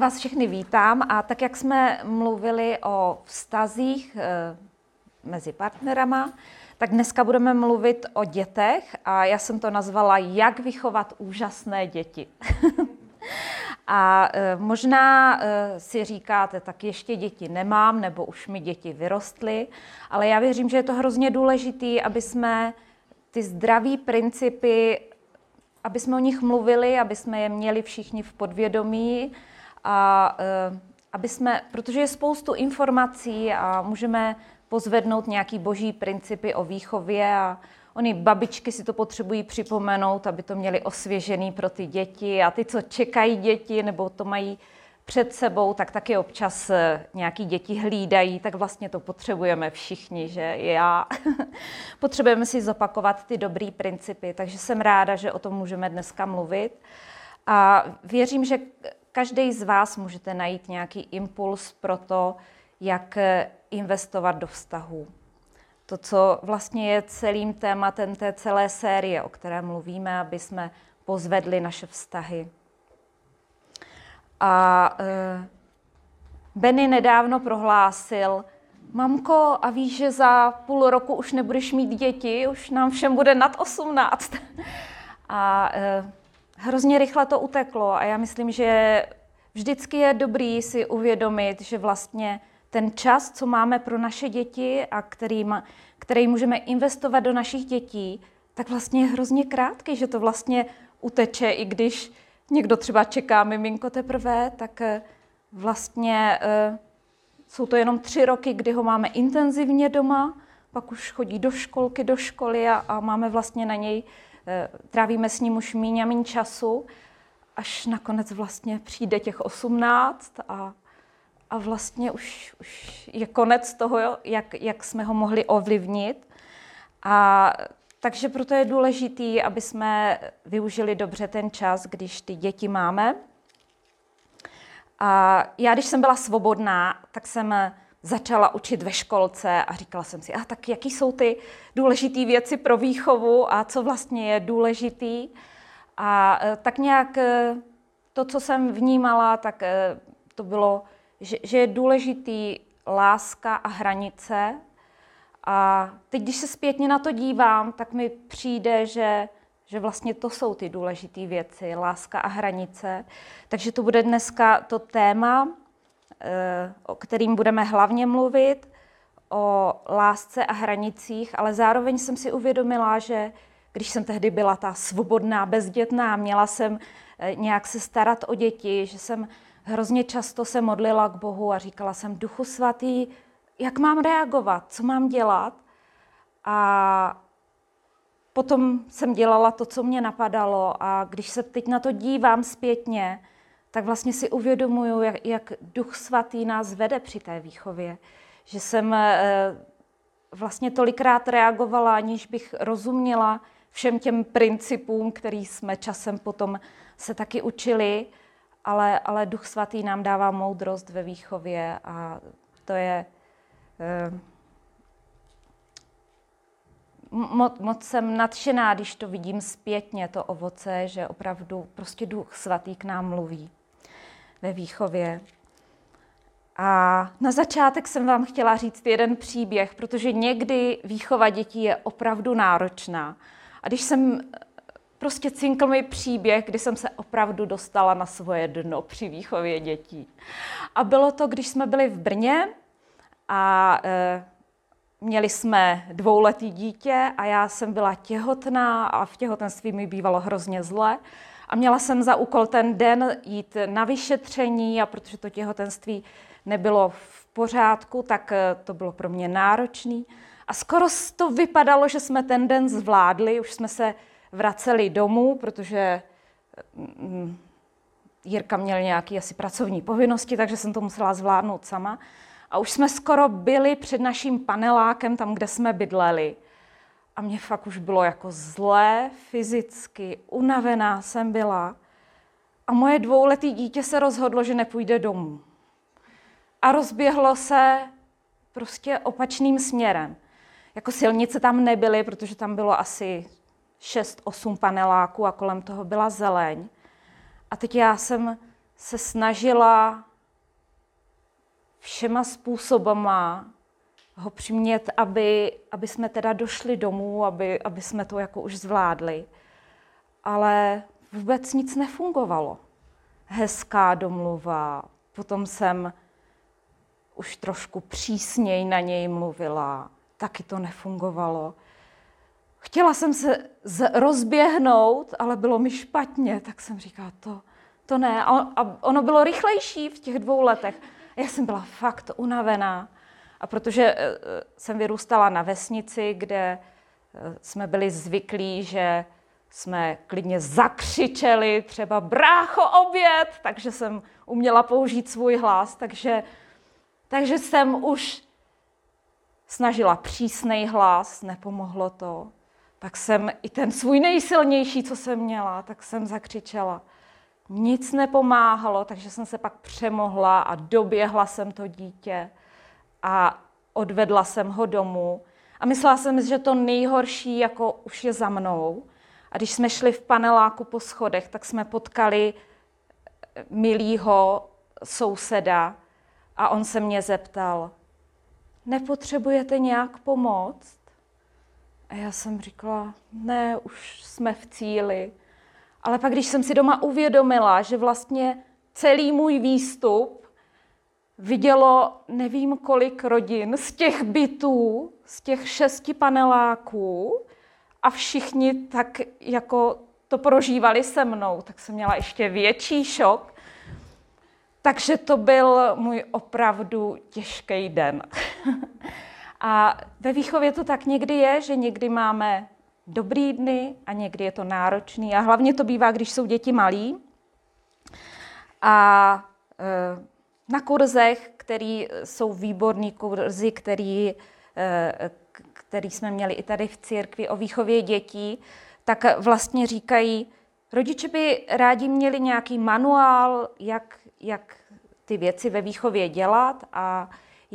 vás všechny vítám a tak, jak jsme mluvili o vztazích mezi partnerama, tak dneska budeme mluvit o dětech a já jsem to nazvala Jak vychovat úžasné děti. A možná si říkáte, tak ještě děti nemám, nebo už mi děti vyrostly, ale já věřím, že je to hrozně důležité, aby jsme ty zdraví principy, aby jsme o nich mluvili, aby jsme je měli všichni v podvědomí, a aby jsme, protože je spoustu informací a můžeme pozvednout nějaký boží principy o výchově a ony babičky si to potřebují připomenout, aby to měli osvěžený pro ty děti a ty, co čekají děti nebo to mají před sebou, tak taky občas nějaký děti hlídají, tak vlastně to potřebujeme všichni, že já. Potřebujeme si zopakovat ty dobrý principy, takže jsem ráda, že o tom můžeme dneska mluvit. A věřím, že každý z vás můžete najít nějaký impuls pro to, jak investovat do vztahů. To, co vlastně je celým tématem té celé série, o které mluvíme, aby jsme pozvedli naše vztahy. A Benny nedávno prohlásil, mamko, a víš, že za půl roku už nebudeš mít děti, už nám všem bude nad 18. A hrozně rychle to uteklo a já myslím, že vždycky je dobrý si uvědomit, že vlastně ten čas, co máme pro naše děti a který můžeme investovat do našich dětí, tak vlastně je hrozně krátký, že to vlastně uteče, i když někdo třeba čeká miminko teprve, tak vlastně jsou to jenom 3 roky, kdy ho máme intenzivně doma, pak už chodí do školky, do školy a máme vlastně na něj, trávíme s ním už míň a míň času, až nakonec vlastně přijde těch 18 a vlastně už je konec toho, jak jsme ho mohli ovlivnit. A takže proto je důležité, aby jsme využili dobře ten čas, když ty děti máme. A já, když jsem byla svobodná, tak jsem začala učit ve školce a říkala jsem si, tak jaký jsou ty důležité věci pro výchovu a co vlastně je důležitý. A tak nějak to, co jsem vnímala, tak to bylo, že je důležitý láska a hranice. A teď, když se zpětně na to dívám, tak mi přijde, že vlastně to jsou ty důležité věci, láska a hranice. Takže to bude dneska to téma, o kterým budeme hlavně mluvit, o lásce a hranicích, ale zároveň jsem si uvědomila, že když jsem tehdy byla ta svobodná, bezdětná, měla jsem nějak se starat o děti, že jsem hrozně často se modlila k Bohu a říkala jsem, Duchu svatý, jak mám reagovat, co mám dělat? A potom jsem dělala to, co mě napadalo a když se teď na to dívám zpětně, tak vlastně si uvědomuju, jak Duch svatý nás vede při té výchově. Že jsem vlastně tolikrát reagovala, aniž bych rozuměla všem těm principům, který jsme časem potom se taky učili, ale Duch svatý nám dává moudrost ve výchově a to je... Moc jsem nadšená, když to vidím zpětně, to ovoce, že opravdu prostě Duch svatý k nám mluví ve výchově. A na začátek jsem vám chtěla říct jeden příběh, protože někdy výchova dětí je opravdu náročná. A když jsem prostě cinkl mi příběh, kdy jsem se opravdu dostala na svoje dno při výchově dětí. A bylo to, když jsme byli v Brně a měli jsme 2letý dítě a já jsem byla těhotná a v těhotenství mi bývalo hrozně zle. A měla jsem za úkol ten den jít na vyšetření a protože to těhotenství nebylo v pořádku, tak to bylo pro mě náročný. A skoro to vypadalo, že jsme ten den zvládli, už jsme se vraceli domů, protože Jirka měl nějaké asi pracovní povinnosti, takže jsem to musela zvládnout sama. A už jsme skoro byli před naším panelákem, tam, kde jsme bydleli. A mě fakt už bylo jako zlé, fyzicky, unavená jsem byla. A moje 2letý dítě se rozhodlo, že nepůjde domů. A rozběhlo se prostě opačným směrem. Jako silnice tam nebyly, protože tam bylo asi 6-8 paneláků a kolem toho byla zeleň. A teď já jsem se snažila všema způsobama ho přimět, aby jsme teda došli domů, aby jsme to jako už zvládli. Ale vůbec nic nefungovalo. Hezká domluva, potom jsem už trošku přísněji na něj mluvila, taky to nefungovalo. Chtěla jsem se rozběhnout, ale bylo mi špatně, tak jsem říkala, to ne. A ono bylo rychlejší v těch 2 letech. Já jsem byla fakt unavená. A protože jsem vyrůstala na vesnici, kde jsme byli zvyklí, že jsme klidně zakřičeli třeba brácho, oběd, takže jsem uměla použít svůj hlas, takže jsem už snažila přísnej hlas, nepomohlo to. Tak jsem i ten svůj nejsilnější, co jsem měla, tak jsem zakřičela. Nic nepomáhalo, takže jsem se pak přemohla a doběhla jsem to dítě a odvedla jsem ho domů. A myslela jsem, že to nejhorší jako už je za mnou. A když jsme šli v paneláku po schodech, tak jsme potkali milýho souseda a on se mě zeptal, nepotřebujete nějak pomoct? A já jsem říkala, ne, už jsme v cíli. Ale pak, když jsem si doma uvědomila, že vlastně celý můj výstup vidělo nevím kolik rodin z těch bytů, z těch 6 paneláků a všichni tak jako to prožívali se mnou, tak jsem měla ještě větší šok. Takže to byl můj opravdu těžký den. A ve výchově to tak někdy je, že někdy máme dobrý dny a někdy je to náročný. A hlavně to bývá, když jsou děti malí. A na kurzech, který jsou výborný kurzy, který jsme měli i tady v církvi o výchově dětí, tak vlastně říkají, rodiče by rádi měli nějaký manuál, jak ty věci ve výchově dělat a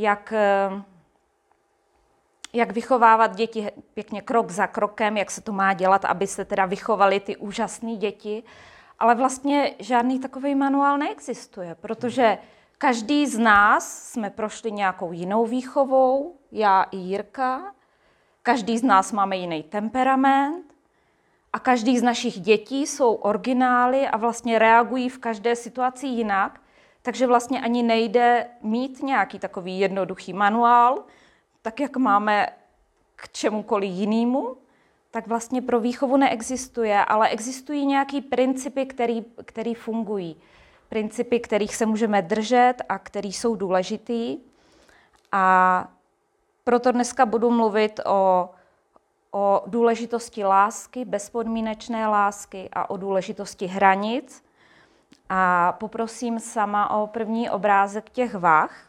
jak vychovávat děti pěkně krok za krokem, jak se to má dělat, aby se teda vychovaly ty úžasné děti. Ale vlastně žádný takový manuál neexistuje, protože každý z nás jsme prošli nějakou jinou výchovou, já i Jirka, každý z nás máme jiný temperament a každý z našich dětí jsou originály a vlastně reagují v každé situaci jinak, takže vlastně ani nejde mít nějaký takový jednoduchý manuál, tak jak máme k čemukoliv jinému, tak vlastně pro výchovu neexistuje, ale existují nějaké principy, které fungují. Principy, kterých se můžeme držet a které jsou důležitý. A proto dneska budu mluvit o důležitosti lásky, bezpodmínečné lásky a o důležitosti hranic. A poprosím sama o první obrázek těch vah.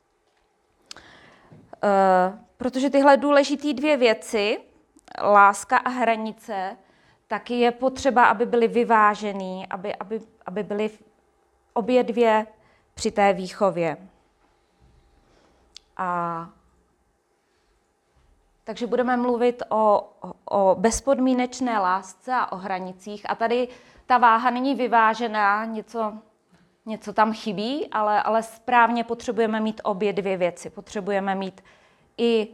Protože tyhle důležité 2 věci, láska a hranice, taky je potřeba, aby byly vyvážený, aby byly obě 2 při té výchově. Takže budeme mluvit o bezpodmínečné lásce a o hranicích. A tady ta váha není vyvážená, něco tam chybí, ale správně potřebujeme mít obě 2 věci. Potřebujeme mít i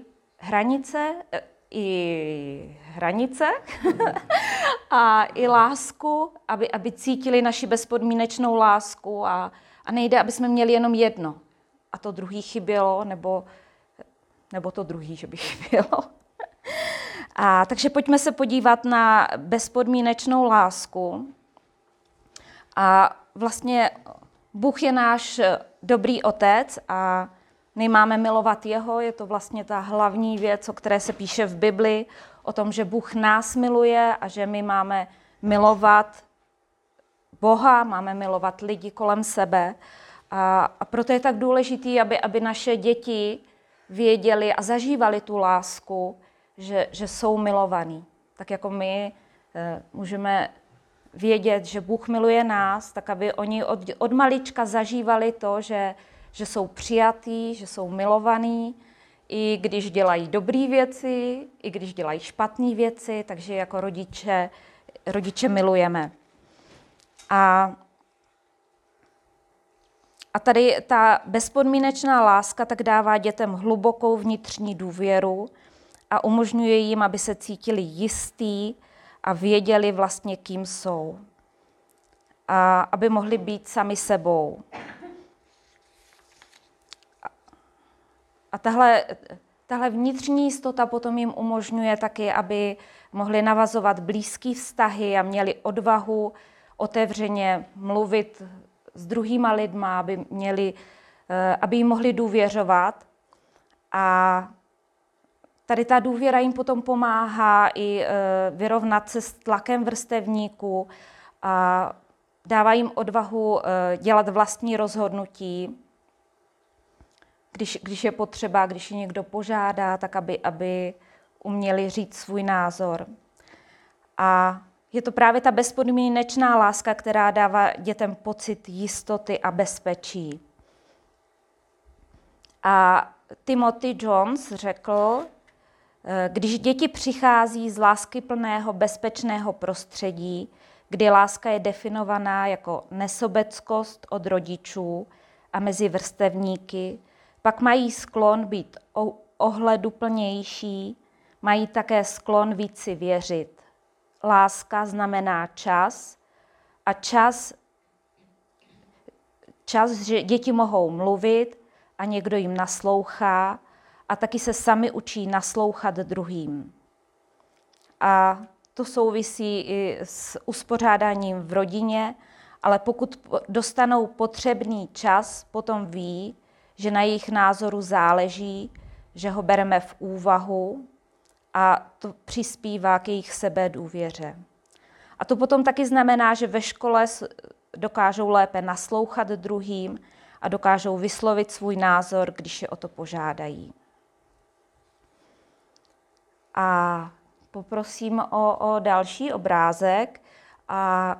hranice a i lásku, aby cítili naši bezpodmínečnou lásku a nejde, aby jsme měli jenom jedno a to druhý chybělo, nebo to druhý, že by chybělo. Takže pojďme se podívat na bezpodmínečnou lásku. A vlastně Bůh je náš dobrý otec a my máme milovat jeho, je to vlastně ta hlavní věc, o které se píše v Bibli, o tom, že Bůh nás miluje a že my máme milovat Boha, máme milovat lidi kolem sebe. A proto je tak důležitý, aby naše děti věděli a zažívali tu lásku, že jsou milovaní. Tak jako my můžeme vědět, že Bůh miluje nás, tak aby oni od malička zažívali to, že jsou přijatí, že jsou milovaní, i když dělají dobré věci, i když dělají špatné věci, takže jako rodiče milujeme. A A tady ta bezpodmínečná láska tak dává dětem hlubokou vnitřní důvěru a umožňuje jim, aby se cítili jistí a věděli vlastně, kým jsou. A aby mohli být sami sebou. A tahle vnitřní jistota potom jim umožňuje taky, aby mohli navazovat blízké vztahy a měli odvahu otevřeně mluvit s druhýma lidma, aby jim mohli důvěřovat. A tady ta důvěra jim potom pomáhá i vyrovnat se s tlakem vrstevníků a dává jim odvahu dělat vlastní rozhodnutí, když je potřeba, když je někdo požádá, tak aby uměli říct svůj názor. A je to právě ta bezpodmínečná láska, která dává dětem pocit jistoty a bezpečí. A Timothy Jones řekl, když děti přichází z láskyplného, bezpečného prostředí, kdy láska je definovaná jako nesobeckost od rodičů a mezi vrstevníky, pak mají sklon být ohleduplnější, mají také sklon víc si věřit. Láska znamená čas a čas, že děti mohou mluvit a někdo jim naslouchá a taky se sami učí naslouchat druhým. A to souvisí i s uspořádáním v rodině, ale pokud dostanou potřebný čas, potom ví, že na jejich názoru záleží, že ho bereme v úvahu a to přispívá k jejich sebedůvěře. A to potom taky znamená, že ve škole dokážou lépe naslouchat druhým a dokážou vyslovit svůj názor, když je o to požádají. A poprosím o další obrázek. A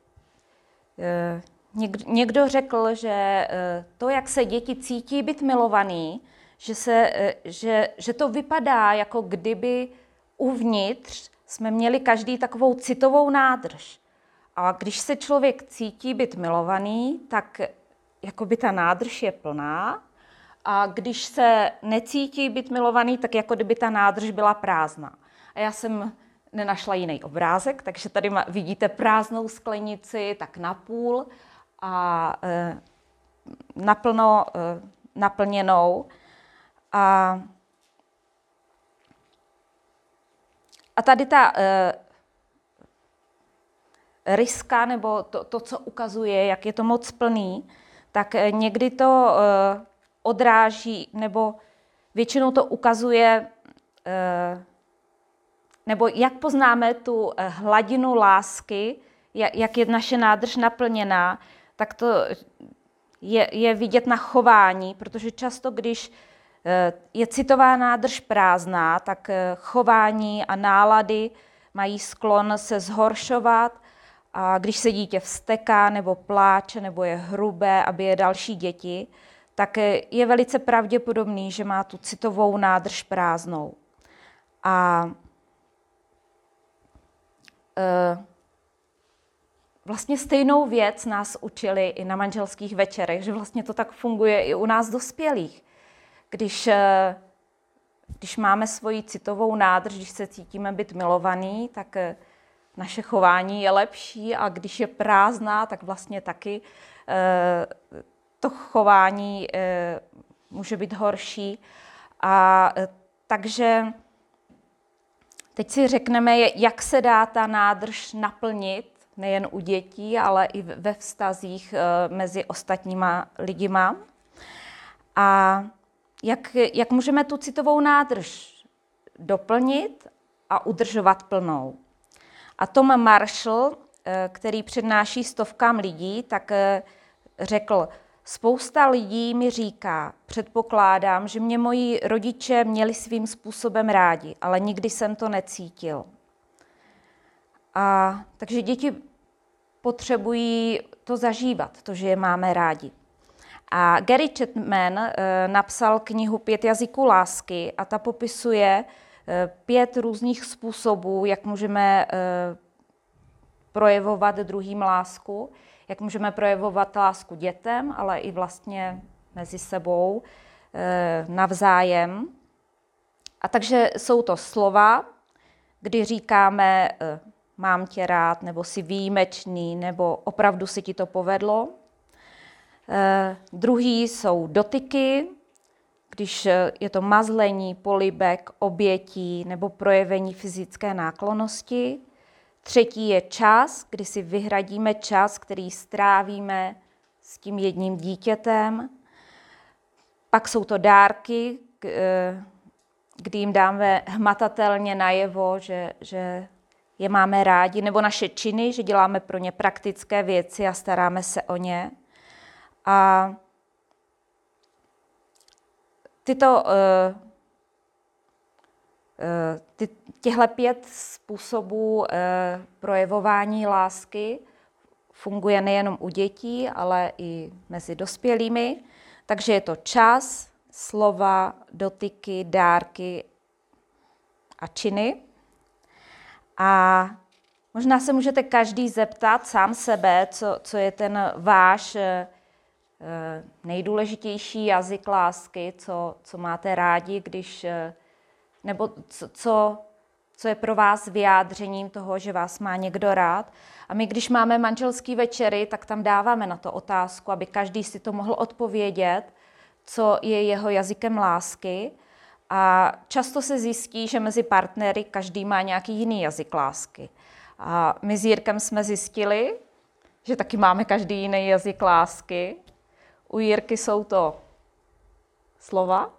někdo řekl, že to, jak se děti cítí být milovaný, že to vypadá, jako kdyby uvnitř jsme měli každý takovou citovou nádrž. A když se člověk cítí být milovaný, tak jako by ta nádrž je plná. A když se necítí být milovaný, tak jako kdyby ta nádrž byla prázdná. A já jsem nenašla jiný obrázek, takže tady vidíte prázdnou sklenici tak napůl a naplno naplněnou. A tady ta ryska, nebo to, co ukazuje, jak je to moc plný, tak někdy to odráží, nebo většinou to ukazuje, nebo jak poznáme tu hladinu lásky, jak je naše nádrž naplněná, tak to je vidět na chování, protože často, když je citová nádrž prázdná, tak chování a nálady mají sklon se zhoršovat a když se dítě vzteká nebo pláče nebo je hrubé a bije další děti, tak je velice pravděpodobný, že má tu citovou nádrž prázdnou. A vlastně stejnou věc nás učili i na manželských večerech, že vlastně to tak funguje i u nás dospělých. Když máme svoji citovou nádrž, když se cítíme být milovaný, tak naše chování je lepší a když je prázdná, tak vlastně taky to chování může být horší. A takže teď si řekneme, jak se dá ta nádrž naplnit, nejen u dětí, ale i ve vztazích mezi ostatníma lidima. A jak můžeme tu citovou nádrž doplnit a udržovat plnou. A Tom Marshall, který přednáší stovkám lidí, tak řekl, spousta lidí mi říká, předpokládám, že mě moji rodiče měli svým způsobem rádi, ale nikdy jsem to necítil. Takže děti potřebují to zažívat, to, že je máme rádi. A Gary Chapman napsal knihu 5 jazyků lásky a ta popisuje 5 různých způsobů, jak můžeme projevovat druhým lásku. jak můžeme projevovat lásku dětem, ale i vlastně mezi sebou navzájem. A takže jsou to slova, kdy říkáme mám tě rád, nebo jsi výjimečný, nebo opravdu si ti to povedlo. Druhý jsou dotyky, když je to mazlení, polibek, obětí nebo projevení fyzické náklonnosti. Třetí je čas, kdy si vyhradíme čas, který strávíme s tím jedním dítětem. Pak jsou to dárky, kdy jim dáme hmatatelně najevo, že je máme rádi, nebo naše činy, že děláme pro ně praktické věci a staráme se o ně. A těchto 5 způsobů projevování lásky funguje nejenom u dětí, ale i mezi dospělými. Takže je to čas, slova, dotyky, dárky a činy. A možná se můžete každý zeptat sám sebe, co je ten váš nejdůležitější jazyk lásky, co máte rádi, nebo co je pro vás vyjádřením toho, že vás má někdo rád. A my, když máme manželský večery, tak tam dáváme na to otázku, aby každý si to mohl odpovědět, co je jeho jazykem lásky. A často se zjistí, že mezi partnery každý má nějaký jiný jazyk lásky. A my s Jirkem jsme zjistili, že taky máme každý jiný jazyk lásky. U Jirky jsou to slova.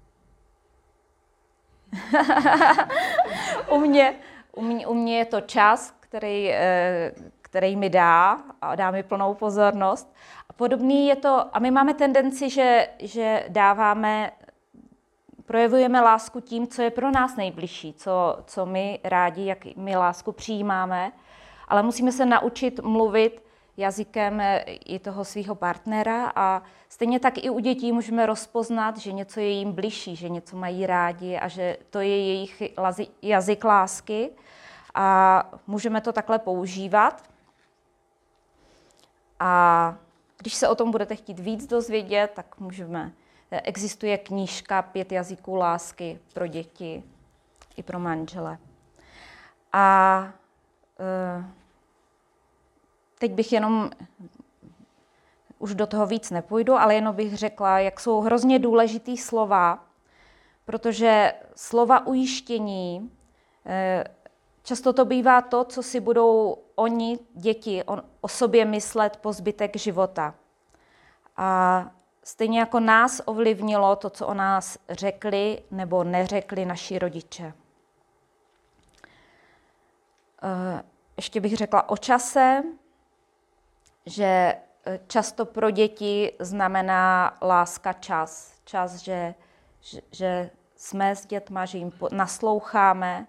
U mě je to čas, který mi dá a dá mi plnou pozornost. A podobný je to, a my máme tendenci, že projevujeme lásku tím, co je pro nás nejbližší, co my rádi, jak my lásku přijímáme, ale musíme se naučit mluvit jazykem i toho svého partnera a stejně tak i u dětí můžeme rozpoznat, že něco je jim bližší, že něco mají rádi a že to je jejich jazyk lásky a můžeme to takhle používat. A když se o tom budete chtít víc dozvědět, tak existuje knížka 5 jazyků lásky pro děti i pro manžele. A teď bych jenom, už do toho víc nepůjdu, ale jenom bych řekla, jak jsou hrozně důležitý slova, protože slova ujištění, často to bývá to, co si budou oni, děti, o sobě myslet po zbytek života. A stejně jako nás ovlivnilo to, co o nás řekli nebo neřekli naši rodiče. Ještě bych řekla o čase, že často pro děti znamená láska čas. Čas, že jsme s dětma, že jim nasloucháme.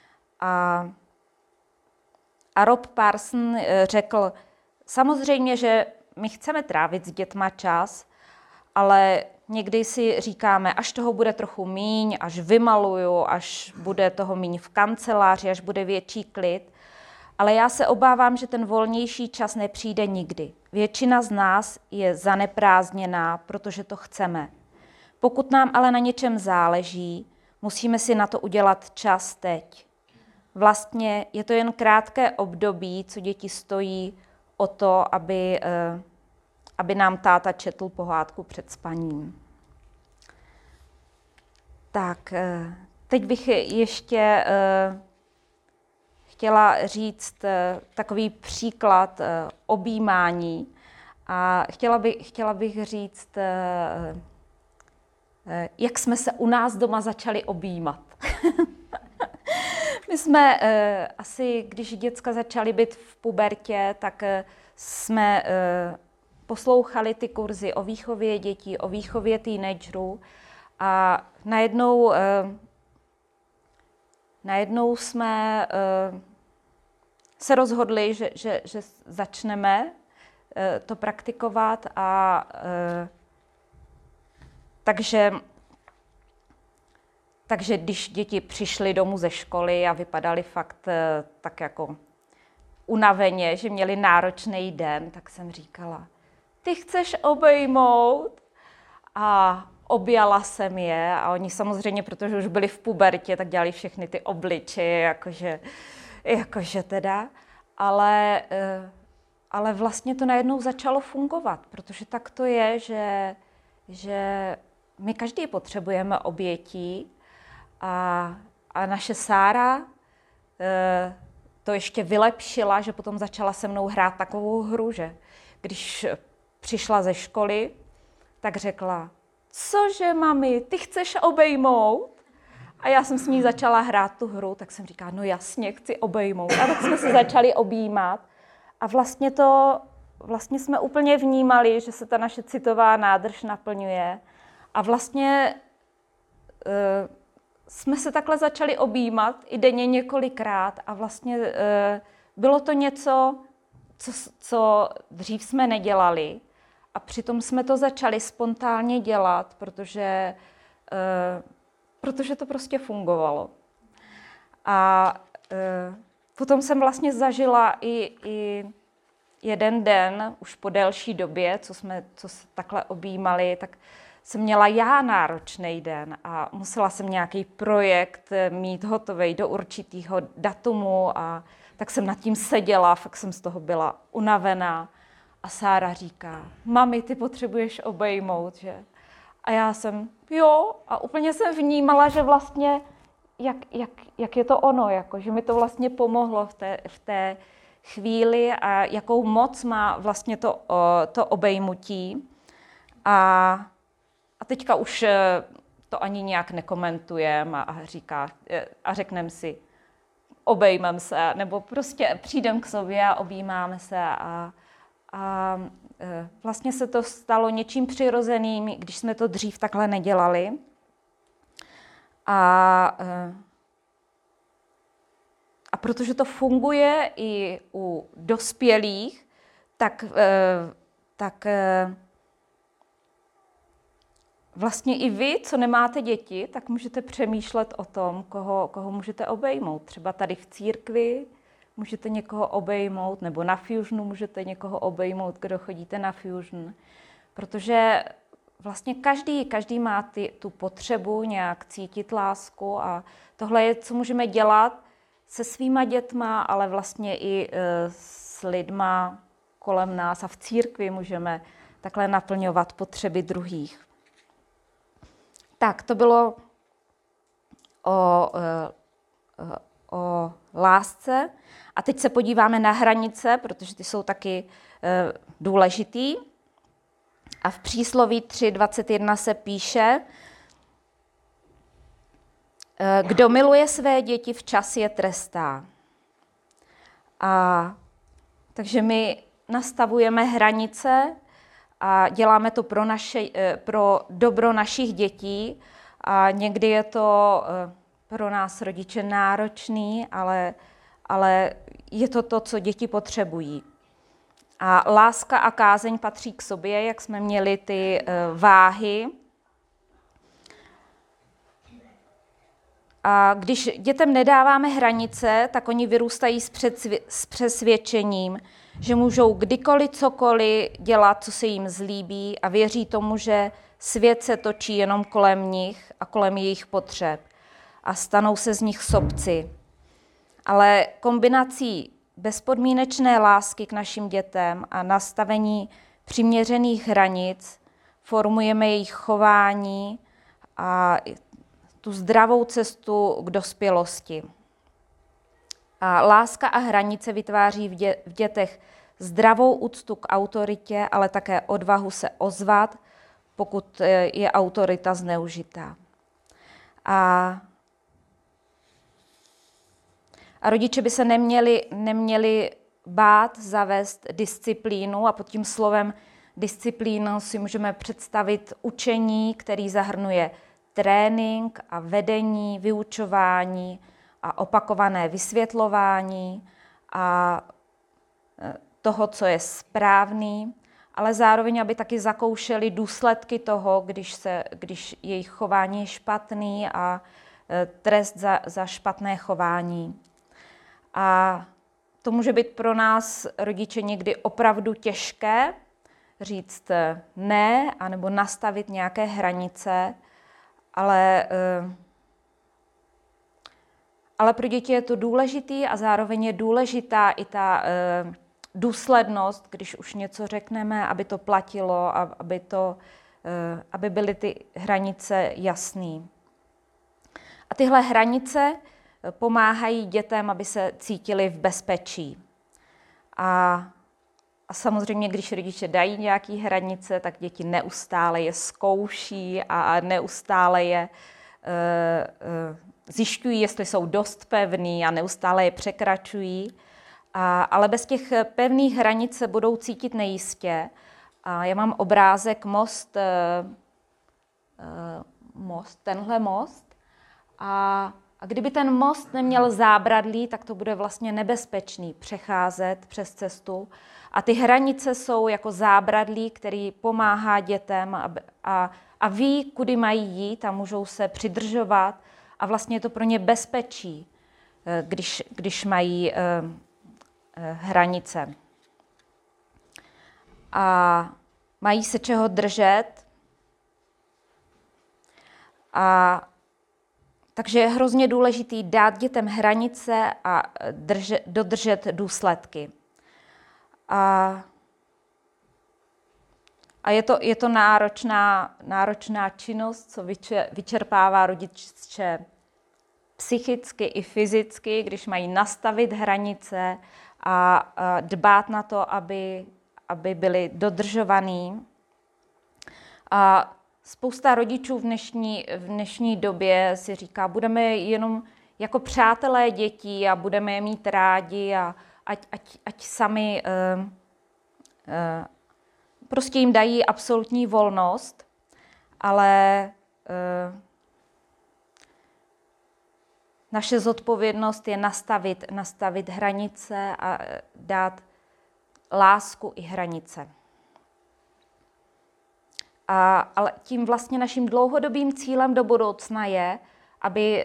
A Rob Parson řekl, samozřejmě, že my chceme trávit s dětma čas, ale někdy si říkáme, až toho bude trochu míň, až vymaluju, až bude toho míň v kanceláři, až bude větší klid. Ale já se obávám, že ten volnější čas nepřijde nikdy. Většina z nás je zaneprázdněná, protože to chceme. Pokud nám ale na něčem záleží, musíme si na to udělat čas teď. Vlastně je to jen krátké období, co děti stojí o to, aby nám táta četl pohádku před spaním. Tak, teď bych ještě chtěla říct takový příklad objímání a chtěla bych říct, jak jsme se u nás doma začali objímat. My jsme asi, když děcka začaly být v pubertě, tak jsme poslouchali ty kurzy o výchově dětí, o výchově teenagerů a najednou jsme se rozhodli, že začneme to praktikovat a takže když děti přišly domů ze školy a vypadaly fakt tak jako unaveně, že měli náročný den, tak jsem říkala, ty chceš obejmout? A objala jsem je a oni samozřejmě, protože už byli v pubertě, tak dělali všechny ty obličeje, jakože teda. Ale vlastně to najednou začalo fungovat, protože tak to je, že my každý potřebujeme obětí a naše Sára to ještě vylepšila, že potom začala se mnou hrát takovou hru, že když přišla ze školy, tak řekla, cože mami, ty chceš obejmout? A já jsem s ní začala hrát tu hru, tak jsem říkala, no jasně, chci obejmout. A tak jsme se začali objímat a vlastně jsme úplně vnímali, že se ta naše citová nádrž naplňuje a vlastně jsme se takhle začali objímat i denně několikrát a vlastně bylo to něco, co dřív jsme nedělali a přitom jsme to začali spontánně dělat, protože to prostě fungovalo. A potom jsem vlastně zažila i jeden den, už po delší době, co se takhle objímali, tak jsem měla já náročný den a musela jsem nějaký projekt mít hotový do určitého datumu a tak jsem nad tím seděla, fakt jsem z toho byla unavená. A Sára říká, mami, ty potřebuješ obejmout, že? A já jsem, jo, a úplně jsem vnímala, že vlastně, jak je to ono, jako, že mi to vlastně pomohlo v té chvíli a jakou moc má vlastně to obejmutí. A teďka už to ani nějak nekomentujeme a řekneme si, obejmeme se, nebo prostě přijdeme k sobě a objímáme se a vlastně se to stalo něčím přirozeným, když jsme to dřív takhle nedělali. A protože to funguje i u dospělých, tak vlastně i vy, co nemáte děti, tak můžete přemýšlet o tom, koho můžete obejmout. Třeba tady v církvi můžete někoho obejmout, nebo na Fusionu můžete někoho obejmout, kdo chodíte na Fusion. Protože vlastně každý má tu potřebu nějak cítit lásku a tohle je, co můžeme dělat se svýma dětma, ale vlastně i s lidma kolem nás a v církvi můžeme takhle naplňovat potřeby druhých. Tak, to bylo o lásce. A teď se podíváme na hranice, protože ty jsou taky důležitý. A v přísloví 3.21 se píše, kdo miluje své děti, včas je trestá. Takže my nastavujeme hranice a děláme to pro dobro našich dětí. A někdy je to pro nás rodiče náročný, ale je to, co děti potřebují. A láska a kázeň patří k sobě, jak jsme měli ty váhy. A když dětem nedáváme hranice, tak oni vyrůstají s přesvědčením, že můžou kdykoliv cokoliv dělat, co se jim zlíbí a věří tomu, že svět se točí jenom kolem nich a kolem jejich potřeb a stanou se z nich sobci. Ale kombinací bezpodmínečné lásky k našim dětem a nastavení přiměřených hranic formujeme jejich chování a tu zdravou cestu k dospělosti. A láska a hranice vytváří v dětech zdravou úctu k autoritě, ale také odvahu se ozvat, pokud je autorita zneužitá. A rodiče by se neměli bát zavést disciplínu a pod tím slovem disciplínu si můžeme představit učení, který zahrnuje trénink a vedení, vyučování a opakované vysvětlování a toho, co je správný, ale zároveň, aby taky zakoušeli důsledky toho, když jejich chování je špatný a trest za špatné chování. A to může být pro nás rodiče někdy opravdu těžké říct ne, anebo nastavit nějaké hranice, ale pro děti je to důležitý a zároveň je důležitá i ta důslednost, když už něco řekneme, aby to platilo, aby byly ty hranice jasné. A tyhle hranice pomáhají dětem, aby se cítili v bezpečí. A samozřejmě, když rodiče dají nějaké hranice, tak děti neustále je zkouší a neustále je zjišťují, jestli jsou dost pevný a neustále je překračují. Ale bez těch pevných hranic se budou cítit nejistě. A já mám obrázek tenhle most. A kdyby ten most neměl zábradlí, tak to bude vlastně nebezpečný přecházet přes cestu. A ty hranice jsou jako zábradlí, který pomáhá dětem a ví, kudy mají jít a můžou se přidržovat. A vlastně je to pro ně bezpečí, když mají hranice. A mají se čeho držet. Takže je hrozně důležitý dát dětem hranice a dodržet důsledky. A je to náročná činnost, co vyčerpává rodiče psychicky i fyzicky, když mají nastavit hranice a dbát na to, aby byly dodržovaný. A spousta rodičů v dnešní době si říká, budeme jenom jako přátelé dětí a budeme je mít rádi a ať sami prostě jim dají absolutní volnost, ale naše zodpovědnost je nastavit hranice a dát lásku i hranice. Ale tím vlastně naším dlouhodobým cílem do budoucna je, aby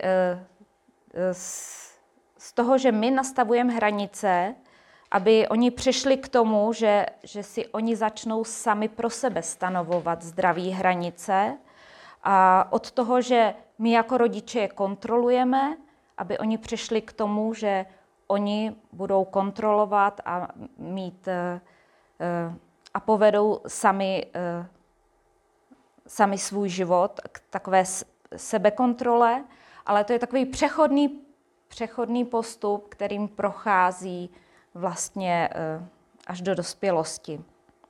z toho, že my nastavujeme hranice, aby oni přišli k tomu, že si oni začnou sami pro sebe stanovovat zdravé hranice a od toho, že my jako rodiče je kontrolujeme, aby oni přišli k tomu, že oni budou kontrolovat a mít a povedou sami svůj život k takové sebekontrole, ale to je takový přechodný postup, kterým prochází vlastně až do dospělosti.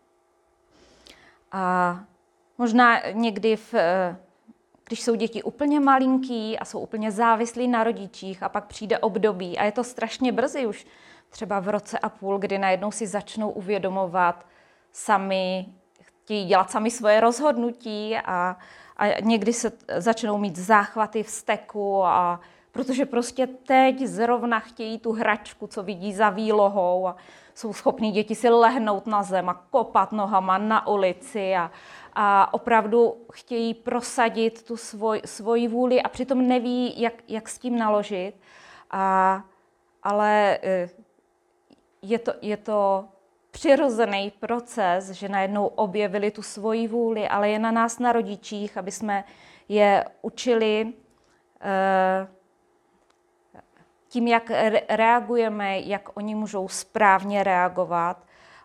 A možná někdy, když jsou děti úplně malinký a jsou úplně závislí na rodičích a pak přijde období a je to strašně brzy už, třeba v roce a půl, kdy najednou si začnou uvědomovat sami, chtějí dělat sami svoje rozhodnutí a někdy se začnou mít záchvaty vzteku protože prostě teď zrovna chtějí tu hračku, co vidí za výlohou a jsou schopní děti si lehnout na zem a kopat nohama na ulici a opravdu chtějí prosadit tu svoji vůli a přitom neví, jak s tím naložit. Ale je to přirozený proces, že najednou objevili tu svoji vůli, ale je na nás, na rodičích, aby jsme je učili tím, jak reagujeme, jak oni můžou správně reagovat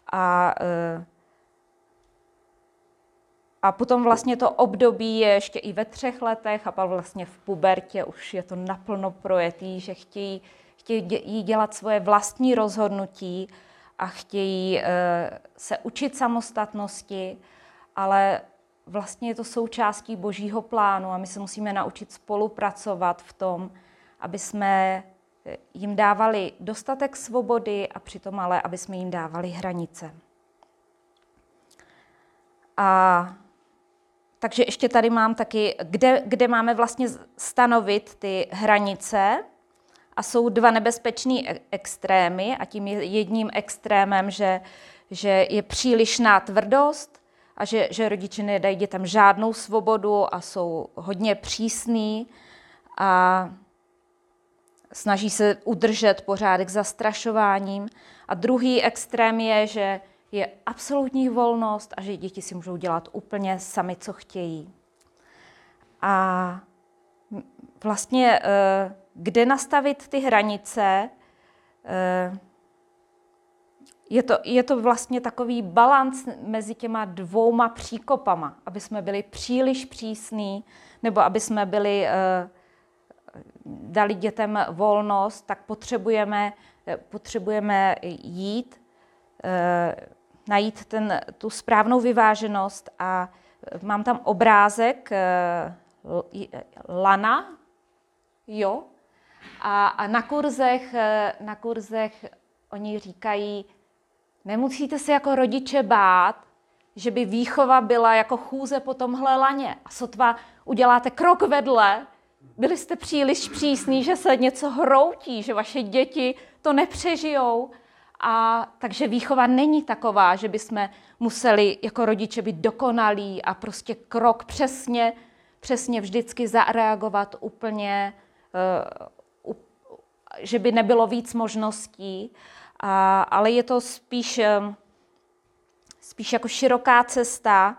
a potom vlastně to období je ještě i ve 3 letech a pak vlastně v pubertě už je to naplno projetý, že chtějí dělat svoje vlastní rozhodnutí a chtějí se učit samostatnosti, ale vlastně je to součástí Božího plánu a my se musíme naučit spolupracovat v tom, aby jsme jim dávali dostatek svobody a přitom ale, aby jsme jim dávali hranice. Takže ještě tady mám taky, kde máme vlastně stanovit ty hranice a jsou 2 nebezpečný extrémy a tím jedním extrémem, že je přílišná tvrdost a že rodiče nedají dětem žádnou svobodu a jsou hodně přísní a snaží se udržet pořádek zastrašováním. A druhý extrém je, že je absolutní volnost a že děti si můžou dělat úplně sami, co chtějí. A vlastně, kde nastavit ty hranice, je to vlastně takový balanc mezi těma dvouma příkopama, aby jsme byli příliš přísní, nebo aby jsme dali dětem volnost, tak potřebujeme najít tu správnou vyváženost. A mám tam obrázek lana, jo, a na kurzech oni říkají, nemusíte se jako rodiče bát, že by výchova byla jako chůze po tomhle laně. A sotva uděláte krok vedle, byli jste příliš přísní, že se něco hroutí, že vaše děti to nepřežijou. A takže výchova není taková, že bychom museli jako rodiče být dokonalí a prostě krok přesně vždycky zareagovat úplně, že by nebylo víc možností. Ale je to spíš jako široká cesta,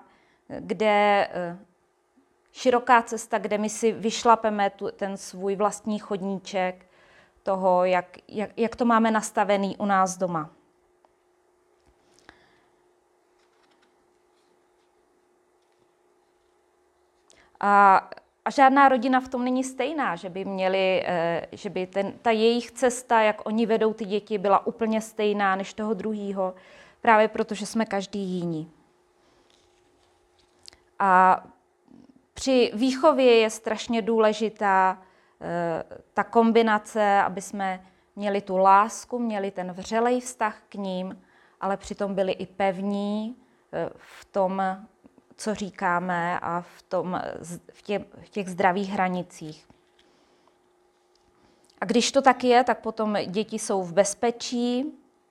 kde my si vyšlapeme ten svůj vlastní chodníček toho, jak to máme nastavený u nás doma. A žádná rodina v tom není stejná, že by ta jejich cesta, jak oni vedou ty děti, byla úplně stejná než toho druhýho, právě protože jsme každý jiní. A při výchově je strašně důležitá ta kombinace, aby jsme měli tu lásku, měli ten vřelej vztah k ním, ale přitom byli i pevní v tom, co říkáme, a v těch zdravých hranicích. A když to tak je, tak potom děti jsou v bezpečí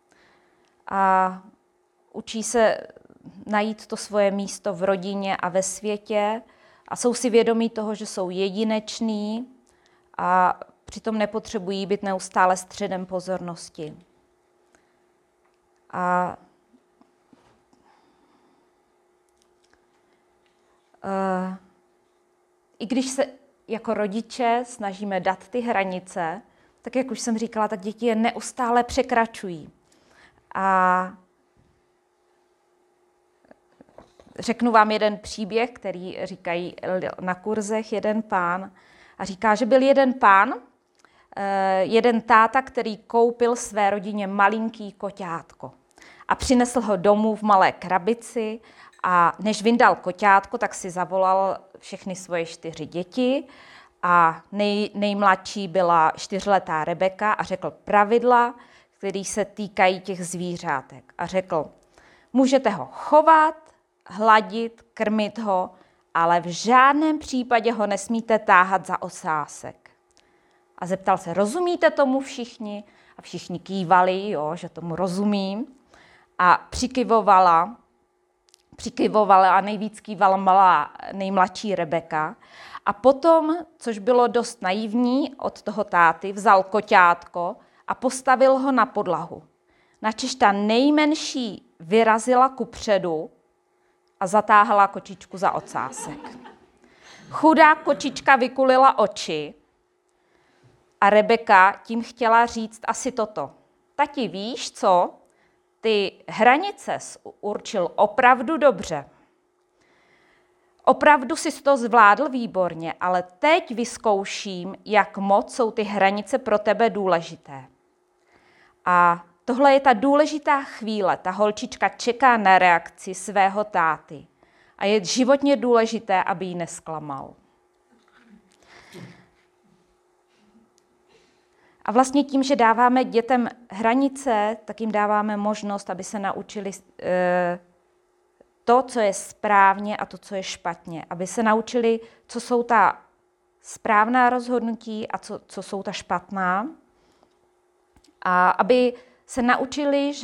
a učí se najít to svoje místo v rodině a ve světě a jsou si vědomí toho, že jsou jedineční a přitom nepotřebují být neustále středem pozornosti. A i když se jako rodiče snažíme dát ty hranice, tak jak už jsem říkala, tak děti je neustále překračují. A řeknu vám jeden příběh, který říkají na kurzech jeden pán. A říká, že byl jeden táta, který koupil své rodině malinký koťátko. A přinesl ho domů v malé krabici a než vyndal koťátko, tak si zavolal všechny svoje 4 děti a nejmladší byla 4letá Rebeka a řekl pravidla, které se týkají těch zvířátek. A řekl, můžete ho chovat, hladit, krmit ho, ale v žádném případě ho nesmíte táhat za osásek. A zeptal se, rozumíte tomu všichni? A všichni kývali, jo, že tomu rozumím. A přikyvovala a nejvíc kývala malá nejmladší Rebeka. A potom, což bylo dost naivní od toho táty, vzal koťátko a postavil ho na podlahu. Načež ta nejmenší vyrazila kupředu a zatáhla kočičku za ocásek. Chudá kočička vykulila oči a Rebeka tím chtěla říct asi toto. Tati, víš co? Ty hranice určil opravdu dobře. Opravdu jsi to zvládl výborně, ale teď vyzkouším, jak moc jsou ty hranice pro tebe důležité. A tohle je ta důležitá chvíle. Ta holčička čeká na reakci svého táty. A je životně důležité, aby ji nesklamal. A vlastně tím, že dáváme dětem hranice, tak jim dáváme možnost, aby se naučili to, co je správně a to, co je špatně. Aby se naučili, co jsou ta správná rozhodnutí a co jsou ta špatná. A aby se naučili,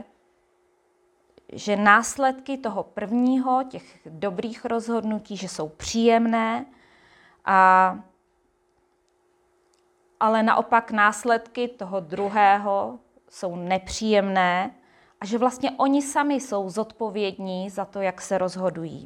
že následky toho prvního, těch dobrých rozhodnutí, že jsou příjemné ale naopak následky toho druhého jsou nepříjemné a že vlastně oni sami jsou zodpovědní za to, jak se rozhodují.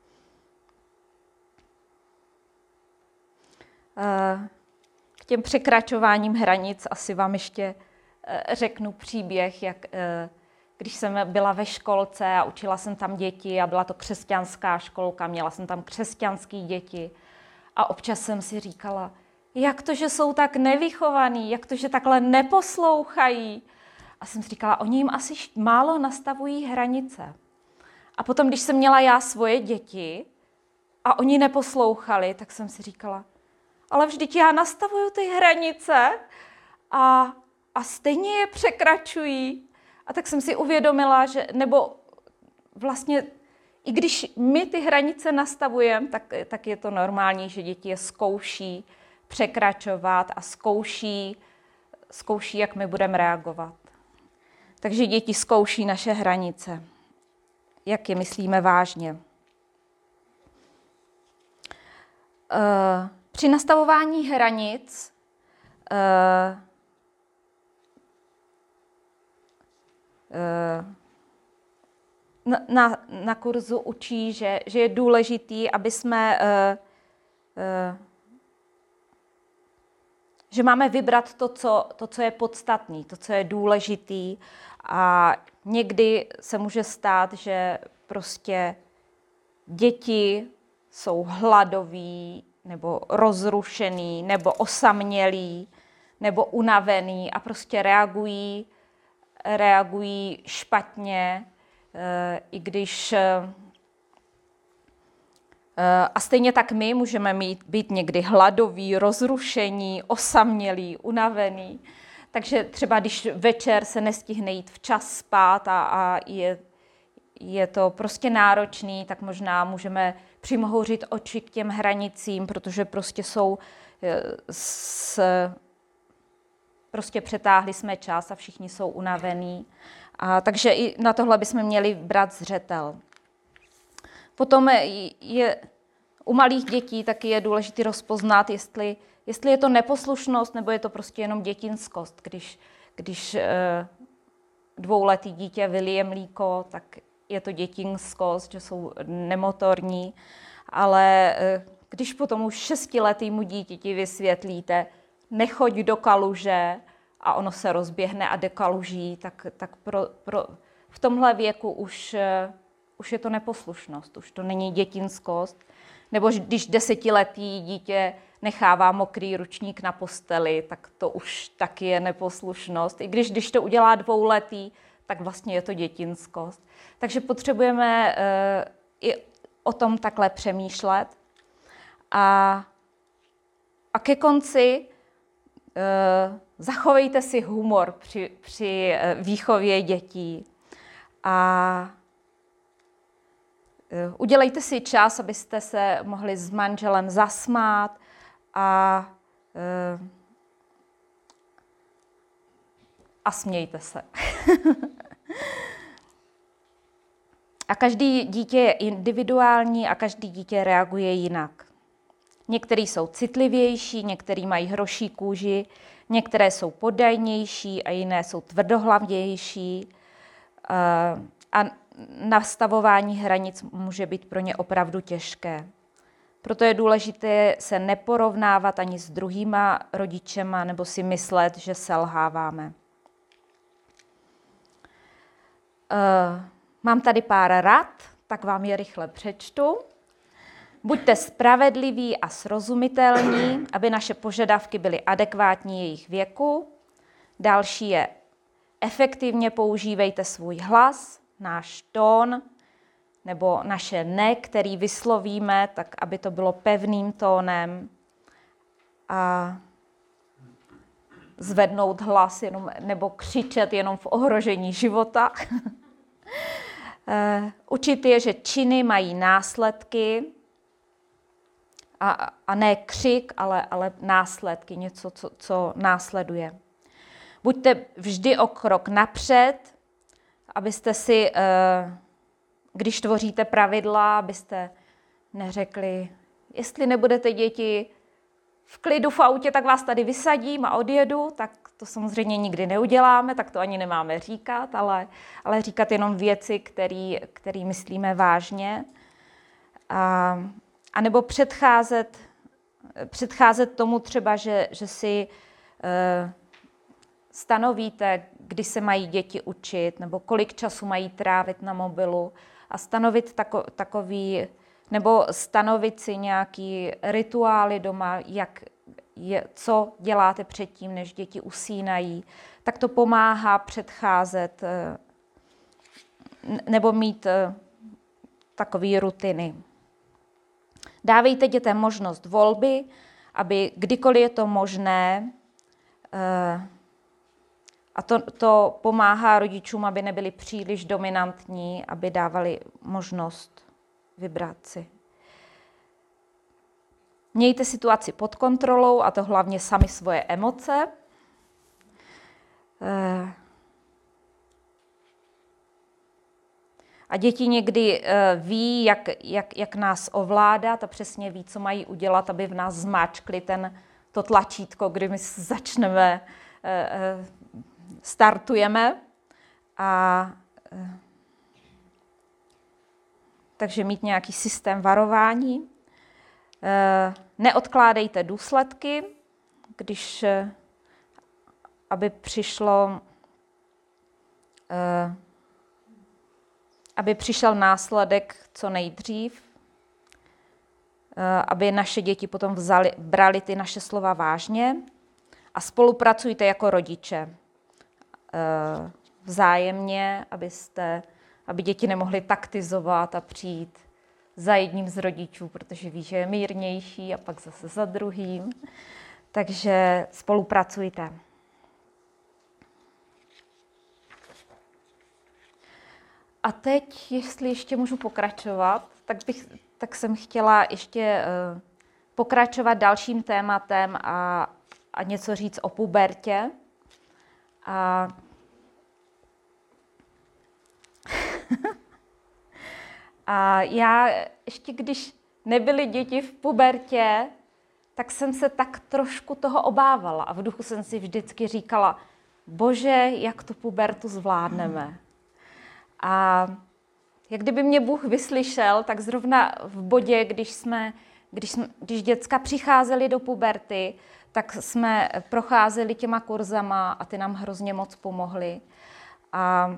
K těm překračováním hranic asi vám ještě řeknu příběh, jak když jsem byla ve školce a učila jsem tam děti a byla to křesťanská školka, měla jsem tam křesťanský děti a občas jsem si říkala, jak to, že jsou tak nevychovaní, jak to, že takhle neposlouchají. A jsem si říkala, oni jim asi málo nastavují hranice. A potom, když jsem měla já svoje děti a oni neposlouchali, tak jsem si říkala, ale vždyť já nastavuju ty hranice a stejně je překračují. A tak jsem si uvědomila, že, nebo vlastně, i když my ty hranice nastavujeme, tak je to normální, že děti je zkouší překračovat a zkouší, jak my budeme reagovat. Takže děti zkouší naše hranice, jak je myslíme vážně. Při nastavování hranic na kurzu učí, že je důležitý, aby jsme, že máme vybrat to, co je podstatný, to, co je důležitý. A někdy se může stát, že prostě děti jsou hladoví, nebo rozrušený, nebo osamělí, nebo unavený a prostě reagují špatně, i když a stejně tak my můžeme být někdy hladoví, rozrušení, osamělí, unavený. Takže třeba když večer se nestihne jít včas spát a je to prostě náročný, tak možná můžeme přimhouřit oči k těm hranicím, protože prostě prostě přetáhli jsme čas a všichni jsou unavení. Takže i na tohle bychom měli brát zřetel. Potom u malých dětí taky je důležité rozpoznat, jestli je to neposlušnost, nebo je to prostě jenom dětinskost. Když dvouletý dítě vylije mlíko, tak je to dětinskost, že jsou nemotorní, ale když potom už 6letýmu dítěti vysvětlíte, nechoď do kaluže a ono se rozběhne a dekaluží, tak v tomhle věku už je to neposlušnost, už to není dětinskost. Nebo když 10letý dítě nechává mokrý ručník na posteli, tak to už taky je neposlušnost. I když to udělá 2letý, tak vlastně je to dětinskost. Takže potřebujeme i o tom takhle přemýšlet. A ke konci zachovejte si humor při výchově dětí a udělejte si čas, abyste se mohli s manželem zasmát a smějte se. A každý dítě je individuální a každý dítě reaguje jinak. Některý jsou citlivější, některý mají hroší kůži, některé jsou poddajnější a jiné jsou tvrdohlavější. A nastavování hranic může být pro ně opravdu těžké. Proto je důležité se neporovnávat ani s druhýma rodičema nebo si myslet, že selháváme. Mám tady pár rad, tak vám je rychle přečtu. Buďte spravedliví a srozumitelní, aby naše požadavky byly adekvátní jejich věku. Další je, efektivně používejte svůj hlas, náš tón nebo naše ne, který vyslovíme, tak aby to bylo pevným tónem. A zvednout hlas nebo křičet jenom v ohrožení života. Učit je, že činy mají následky, a ne křik, ale následky, něco, co následuje. Buďte vždy o krok napřed, abyste si, když tvoříte pravidla, abyste neřekli, jestli nebudete děti v klidu v autě, tak vás tady vysadím a odjedu, tak to samozřejmě nikdy neuděláme, tak to ani nemáme říkat, ale říkat jenom věci, které myslíme vážně. A nebo předcházet tomu třeba, že si stanovíte, kdy se mají děti učit, nebo kolik času mají trávit na mobilu a stanovit nebo stanovit si nějaký rituály doma, co děláte předtím, než děti usínají, tak to pomáhá předcházet nebo mít takové rutiny. Dávejte dětem možnost volby, aby kdykoliv je to možné, a to pomáhá rodičům, aby nebyli příliš dominantní, aby dávali možnost vybrat si. Mějte situaci pod kontrolou, a to hlavně sami svoje emoce. A děti někdy ví, jak nás ovládat a přesně ví, co mají udělat, aby v nás zmáčkli to tlačítko, kdy my začneme, startujeme. Takže mít nějaký systém varování. Neodkládejte důsledky, aby přišel následek co nejdřív, aby naše děti potom brali ty naše slova vážně a spolupracujte jako rodiče vzájemně, aby děti nemohly taktizovat a přijít za jedním z rodičů, protože ví, že je mírnější, a pak zase za druhým. Takže spolupracujte. A teď, jestli ještě můžu pokračovat, tak jsem chtěla ještě pokračovat dalším tématem a něco říct o pubertě. A já ještě, když nebyly děti v pubertě, tak jsem se tak trošku toho obávala. A v duchu jsem si vždycky říkala, Bože, jak tu pubertu zvládneme. A jak kdyby mě Bůh vyslyšel, tak zrovna v bodě, když děcka přicházely do puberty, tak jsme procházeli těma kurzama a ty nám hrozně moc pomohly. A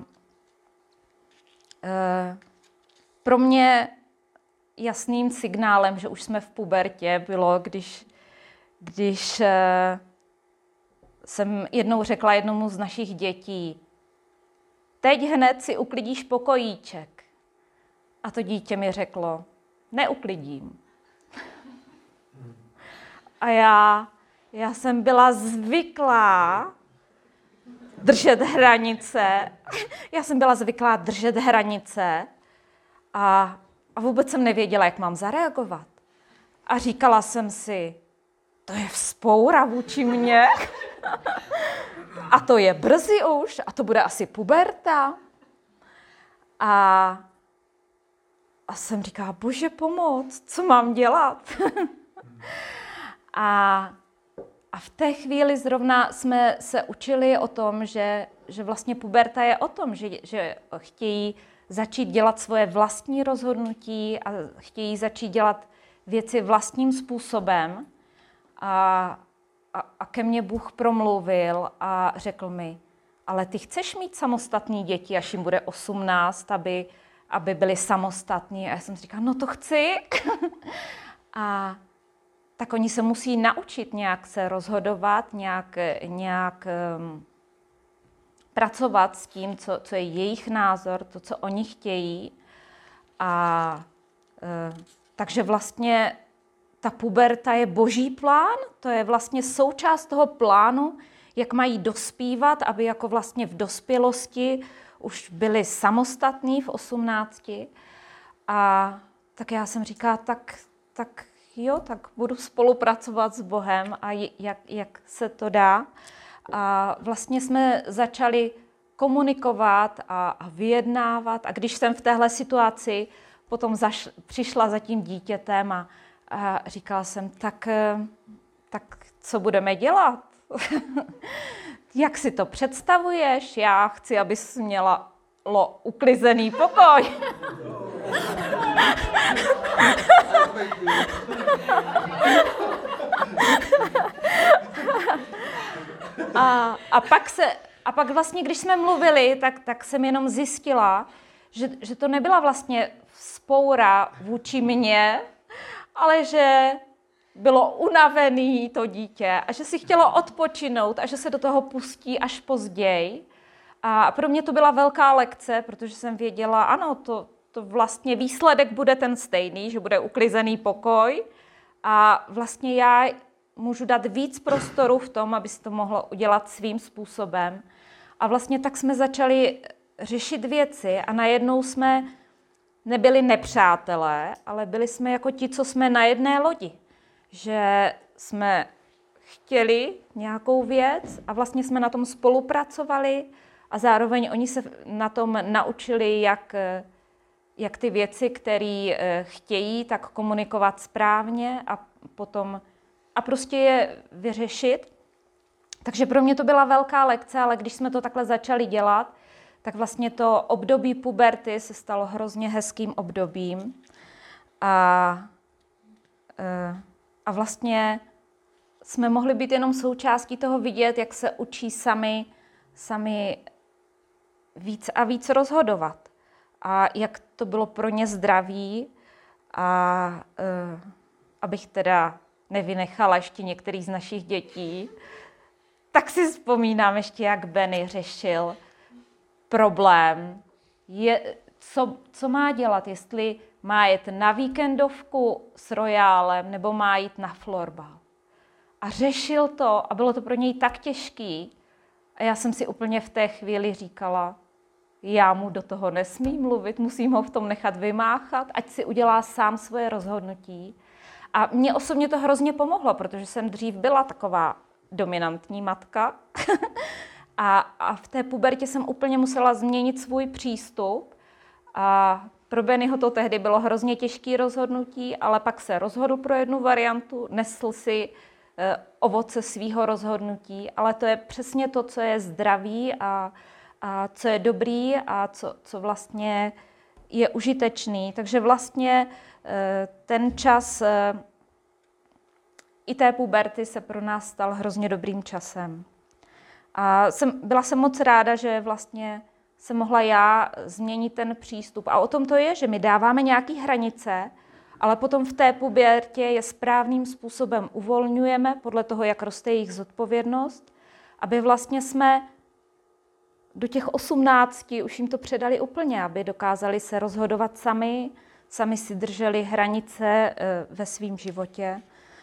pro mě jasným signálem, že už jsme v pubertě, bylo, když jsem jednou řekla jednomu z našich dětí, teď hned si uklidíš pokojíček. A to dítě mi řeklo, neuklidím. A já jsem byla zvyklá držet hranice. A vůbec jsem nevěděla, jak mám zareagovat. A říkala jsem si, to je vzpoura vůči mně. A to je brzy už, a to bude asi puberta. A jsem říkala, Bože pomoc, co mám dělat? A v té chvíli zrovna jsme se učili o tom, že vlastně puberta je o tom, že chtějí začít dělat svoje vlastní rozhodnutí a chtějí začít dělat věci vlastním způsobem. A ke mně Bůh promluvil a řekl mi, ale ty chceš mít samostatní děti, až jim bude 18, aby byli samostatní. A já jsem si říkala, no to chci. A tak oni se musí naučit nějak se rozhodovat, nějak pracovat s tím, co je jejich názor, to, co oni chtějí. Takže vlastně ta puberta je Boží plán, to je vlastně součást toho plánu, jak mají dospívat, aby jako vlastně v dospělosti už byli samostatní v 18. A tak já jsem říkala, tak budu spolupracovat s Bohem a jak se to dá. A vlastně jsme začali komunikovat a vyjednávat. A když jsem v téhle situaci potom přišla za tím dítětem a říkala jsem, tak tak co budeme dělat? Jak si to představuješ? Já chci, abys měla uklizený pokoj. A pak vlastně, když jsme mluvili, tak jsem jenom zjistila, že to nebyla vlastně vzpoura vůči mně, ale že bylo unavený to dítě a že si chtělo odpočinout a že se do toho pustí až později. A pro mě to byla velká lekce, protože jsem věděla, ano, to vlastně výsledek bude ten stejný, že bude uklizený pokoj a vlastně já můžu dát víc prostoru v tom, aby se to mohlo udělat svým způsobem. A vlastně tak jsme začali řešit věci a najednou jsme nebyli nepřátelé, ale byli jsme jako ti, co jsme na jedné lodi. Že jsme chtěli nějakou věc a vlastně jsme na tom spolupracovali a zároveň oni se na tom naučili, jak ty věci, které chtějí, tak komunikovat správně a prostě je vyřešit. Takže pro mě to byla velká lekce, ale když jsme to takhle začali dělat, tak vlastně to období puberty se stalo hrozně hezkým obdobím. A vlastně jsme mohli být jenom součástí toho vidět, jak se učí sami víc a víc rozhodovat. A jak to bylo pro ně zdraví. A abych teda nevynechala ještě některý z našich dětí, tak si vzpomínám ještě, jak Benny řešil problém, co má dělat, jestli má jet na víkendovku s Royálem nebo má jít na florbal. A řešil to a bylo to pro něj tak těžký. A já jsem si úplně v té chvíli říkala, já mu do toho nesmím mluvit, musím ho v tom nechat vymáchat, ať si udělá sám svoje rozhodnutí. A mně osobně to hrozně pomohlo, protože jsem dřív byla taková dominantní matka. A v té pubertě jsem úplně musela změnit svůj přístup. A pro Bennyho to tehdy bylo hrozně těžké rozhodnutí, ale pak se rozhodl pro jednu variantu, nesl si ovoce svýho rozhodnutí, ale to je přesně to, co je zdravý a co je dobrý a co vlastně je užitečný. Takže vlastně ten čas i té puberty se pro nás stal hrozně dobrým časem. A byla jsem moc ráda, že vlastně se mohla já změnit ten přístup. A o tom to je, že my dáváme nějaké hranice, ale potom v té pubertě je správným způsobem uvolňujeme podle toho, jak roste jejich zodpovědnost, aby vlastně jsme do těch 18 už jim to předali úplně, aby dokázali se rozhodovat sami si drželi hranice ve svém životě.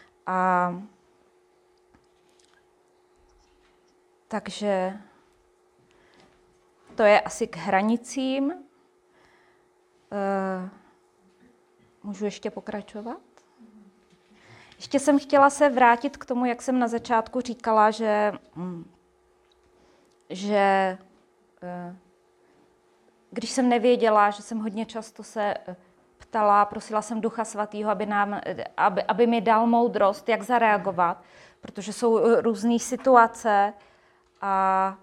Takže to je asi k hranicím. Můžu ještě pokračovat? Ještě jsem chtěla se vrátit k tomu, jak jsem na začátku říkala, že když jsem nevěděla, že jsem hodně často se ptala, prosila jsem Ducha Svatého, aby mi dal moudrost, jak zareagovat, protože jsou různé situace a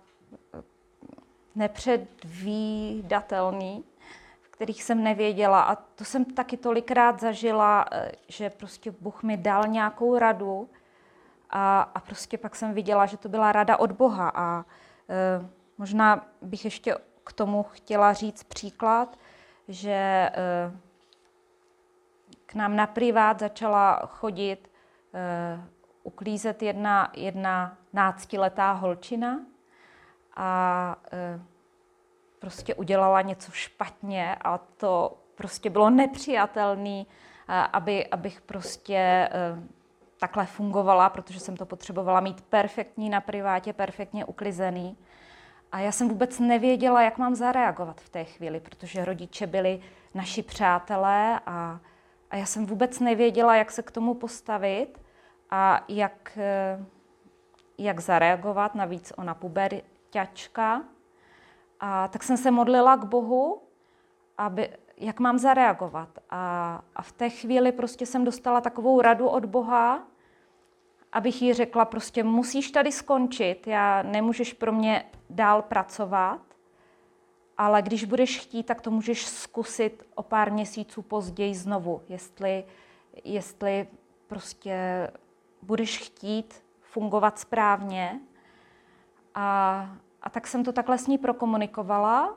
nepředvídatelný, v kterých jsem nevěděla. A to jsem taky tolikrát zažila, že prostě Bůh mi dal nějakou radu a prostě pak jsem viděla, že to byla rada od Boha. A možná bych ještě k tomu chtěla říct příklad, že k nám na privát začala chodit uklízet jedna 12letá holčina a prostě udělala něco špatně a to prostě bylo nepřijatelné, abych prostě takhle fungovala, protože jsem to potřebovala mít perfektní na privátě, perfektně uklizený. A já jsem vůbec nevěděla, jak mám zareagovat v té chvíli, protože rodiče byli naši přátelé a já jsem vůbec nevěděla, jak se k tomu postavit a jak zareagovat, navíc ona puberťačka. A tak jsem se modlila k Bohu, jak mám zareagovat. A v té chvíli prostě jsem dostala takovou radu od Boha abych jí řekla, prostě musíš tady skončit, nemůžeš pro mě dál pracovat, ale když budeš chtít, tak to můžeš zkusit o pár měsíců později znovu, jestli prostě budeš chtít fungovat správně. A tak jsem to takhle s ní prokomunikovala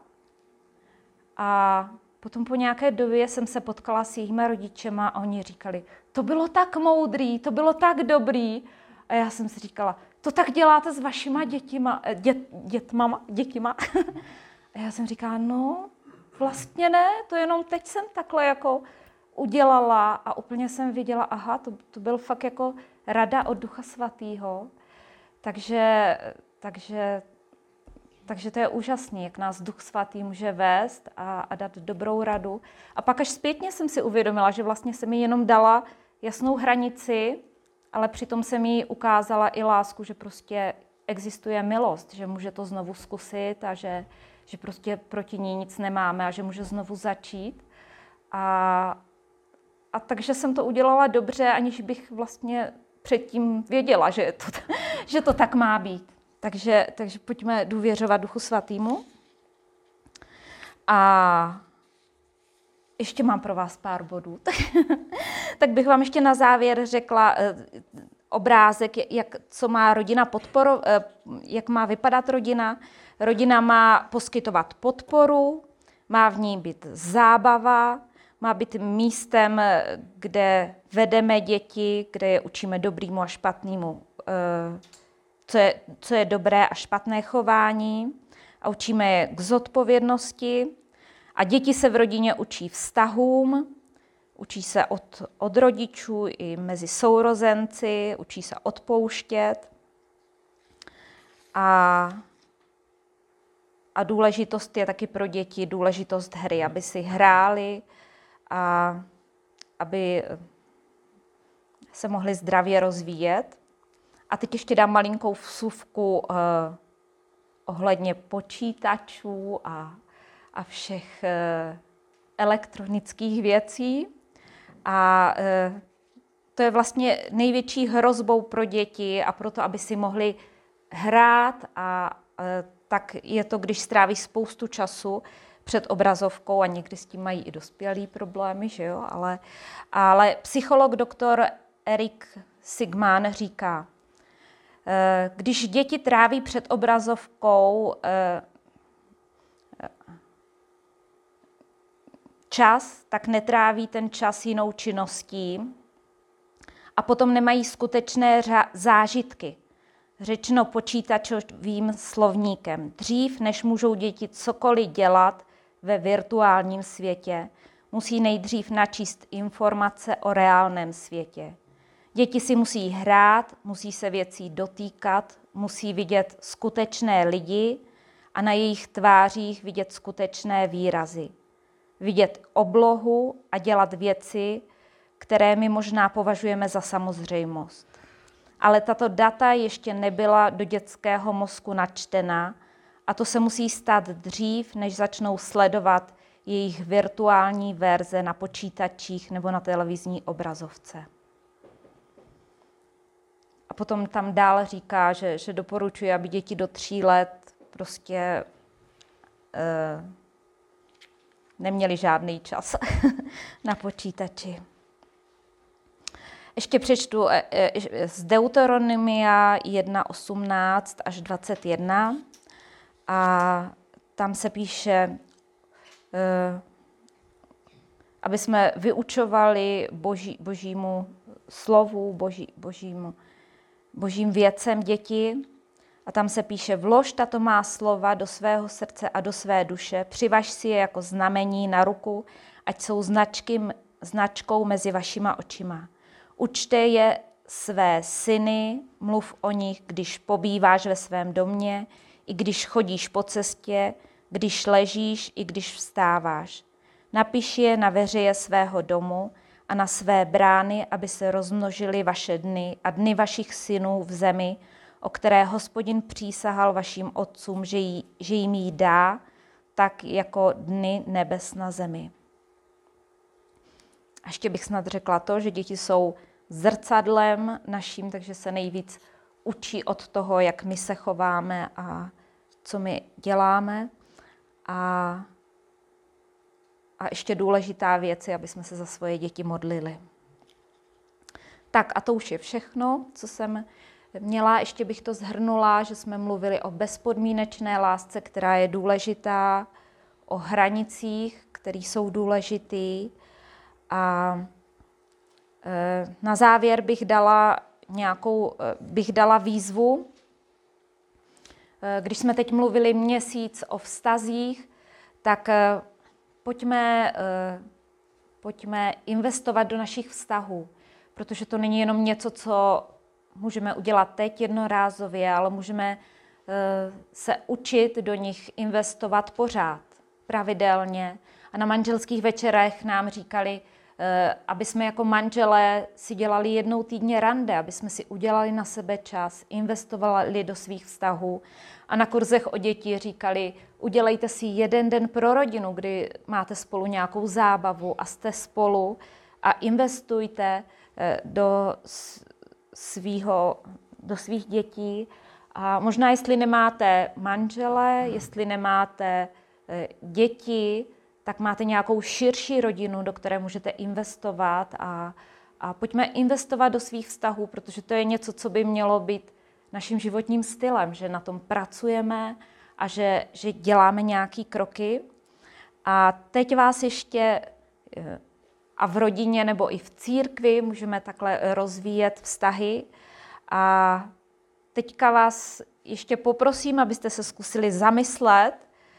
a potom po nějaké době jsem se potkala s jejíma rodičema a oni říkali, to bylo tak moudrý, to bylo tak dobrý. A já jsem si říkala, to tak děláte s vašima dětima? A já jsem říkala, no vlastně ne, to jenom teď jsem takhle jako udělala a úplně jsem viděla, aha, to byl fakt jako rada od Ducha Svatého. Takže to je úžasné, jak nás Duch Svatý může vést a dát dobrou radu. A pak až zpětně jsem si uvědomila, že vlastně jsem mi jenom dala jasnou hranici, ale přitom jsem jí ukázala i lásku, že prostě existuje milost, že může to znovu zkusit a že prostě proti ní nic nemáme a že může znovu začít. A takže jsem to udělala dobře, aniž bych vlastně předtím věděla, že to tak má být. Takže pojďme důvěřovat Duchu Svatýmu. A ještě mám pro vás pár bodů. Tak bych vám ještě na závěr řekla obrázek, co má rodina jak má vypadat rodina. Rodina má poskytovat podporu, má v ní být zábava, má být místem, kde vedeme děti, kde je učíme dobrýmu a špatnému, co je dobré a špatné chování a učíme je k zodpovědnosti. A děti se v rodině učí vztahům, učí se od rodičů i mezi sourozenci, učí se odpouštět. A důležitost je taky pro děti důležitost hry, aby si hráli a aby se mohli zdravě rozvíjet. A teď ještě dám malinkou vsuvku ohledně počítačů a všech elektronických věcí. A to je vlastně největší hrozbou pro děti a proto, aby si mohli hrát a tak je to, když stráví spoustu času před obrazovkou a někdy s tím mají i dospělí problémy, že jo? Ale psycholog doktor Erik Sigman říká, když děti tráví před obrazovkou čas, tak netráví ten čas jinou činností a potom nemají skutečné zážitky. Řečeno počítačovým slovníkem. Dřív, než můžou děti cokoliv dělat ve virtuálním světě, musí nejdřív načíst informace o reálném světě. Děti si musí hrát, musí se věcí dotýkat, musí vidět skutečné lidi a na jejich tvářích vidět skutečné výrazy. Vidět oblohu a dělat věci, které my možná považujeme za samozřejmost. Ale tato data ještě nebyla do dětského mozku načtena a to se musí stát dřív, než začnou sledovat jejich virtuální verze na počítačích nebo na televizní obrazovce. A potom tam dál říká, že doporučuje, aby děti do 3 let prostě neměli žádný čas na počítači. Ještě přečtu z Deuteronomia 1:18 až 21 a tam se píše, aby jsme vyučovali božímu slovu, božím věcem děti. A tam se píše, vlož tato má slova do svého srdce a do své duše, přivaž si je jako znamení na ruku, ať jsou značkou mezi vašima očima. Učte je své syny, mluv o nich, když pobýváš ve svém domě, i když chodíš po cestě, když ležíš, i když vstáváš. Napiš je na veřeje svého domu a na své brány, aby se rozmnožily vaše dny a dny vašich synů v zemi, o které Hospodin přísahal vašim otcům, že jim jí dá, tak jako dny nebes na zemi. A ještě bych snad řekla to, že děti jsou zrcadlem naším, takže se nejvíc učí od toho, jak my se chováme a co my děláme. A ještě důležitá věc je, aby jsme se za svoje děti modlili. Tak a to už je všechno, co jsem měla. Ještě bych to shrnula, že jsme mluvili o bezpodmínečné lásce, která je důležitá, o hranicích, které jsou důležitý. A na závěr bych dala výzvu. Když jsme teď mluvili měsíc o vztazích, tak pojďme investovat do našich vztahů, protože to není jenom něco, co můžeme udělat teď jednorázově, ale můžeme se učit do nich investovat pořád, pravidelně. A na manželských večerech nám říkali, aby jsme jako manželé si dělali jednou týdně rande, aby jsme si udělali na sebe čas, investovali do svých vztahů. A na kurzech o děti říkali, udělejte si jeden den pro rodinu, kdy máte spolu nějakou zábavu a jste spolu a investujte do svých dětí. A možná, jestli nemáte manžele, jestli nemáte děti, tak máte nějakou širší rodinu, do které můžete investovat a pojďme investovat do svých vztahů, protože to je něco, co by mělo být naším životním stylem, že na tom pracujeme a že děláme nějaké kroky. A teď vás ještě a v rodině nebo i v církvi můžeme takhle rozvíjet vztahy. A teďka vás ještě poprosím, abyste se zkusili zamyslet,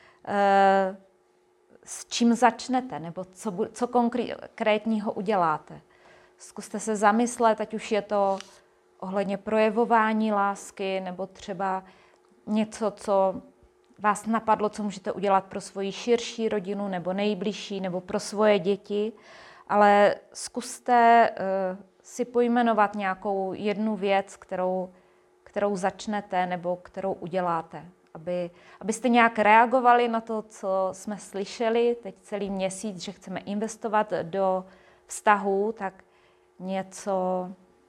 s čím začnete, nebo co konkrétního uděláte. Zkuste se zamyslet, ať už je to ohledně projevování lásky, nebo třeba něco, co vás napadlo, co můžete udělat pro svoji širší rodinu, nebo nejbližší, nebo pro svoje děti. Ale zkuste si pojmenovat nějakou jednu věc, kterou začnete, nebo kterou uděláte. Abyste nějak reagovali na to, co jsme slyšeli teď celý měsíc, že chceme investovat do vztahů, tak něco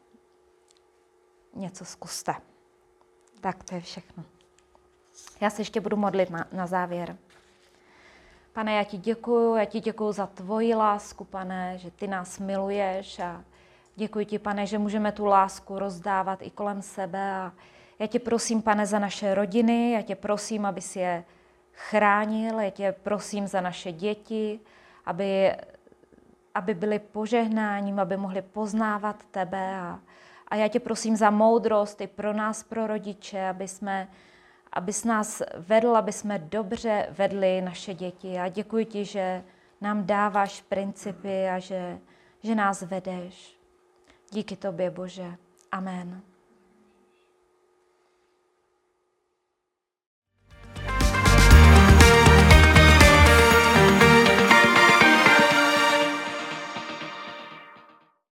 zkuste. Tak to je všechno. Já se ještě budu modlit na závěr. Pane, já ti děkuju za tvoji lásku, Pane, že ty nás miluješ a děkuji ti, Pane, že můžeme tu lásku rozdávat i kolem sebe a já tě prosím, Pane, za naše rodiny, já tě prosím, abys je chránil, já tě prosím za naše děti, aby byly požehnáním, aby mohli poznávat tebe a já tě prosím za moudrost i pro nás, pro rodiče, abys nás vedl, aby jsme dobře vedli naše děti. A děkuji ti, že nám dáváš principy a že nás vedeš. Díky tobě, Bože. Amen.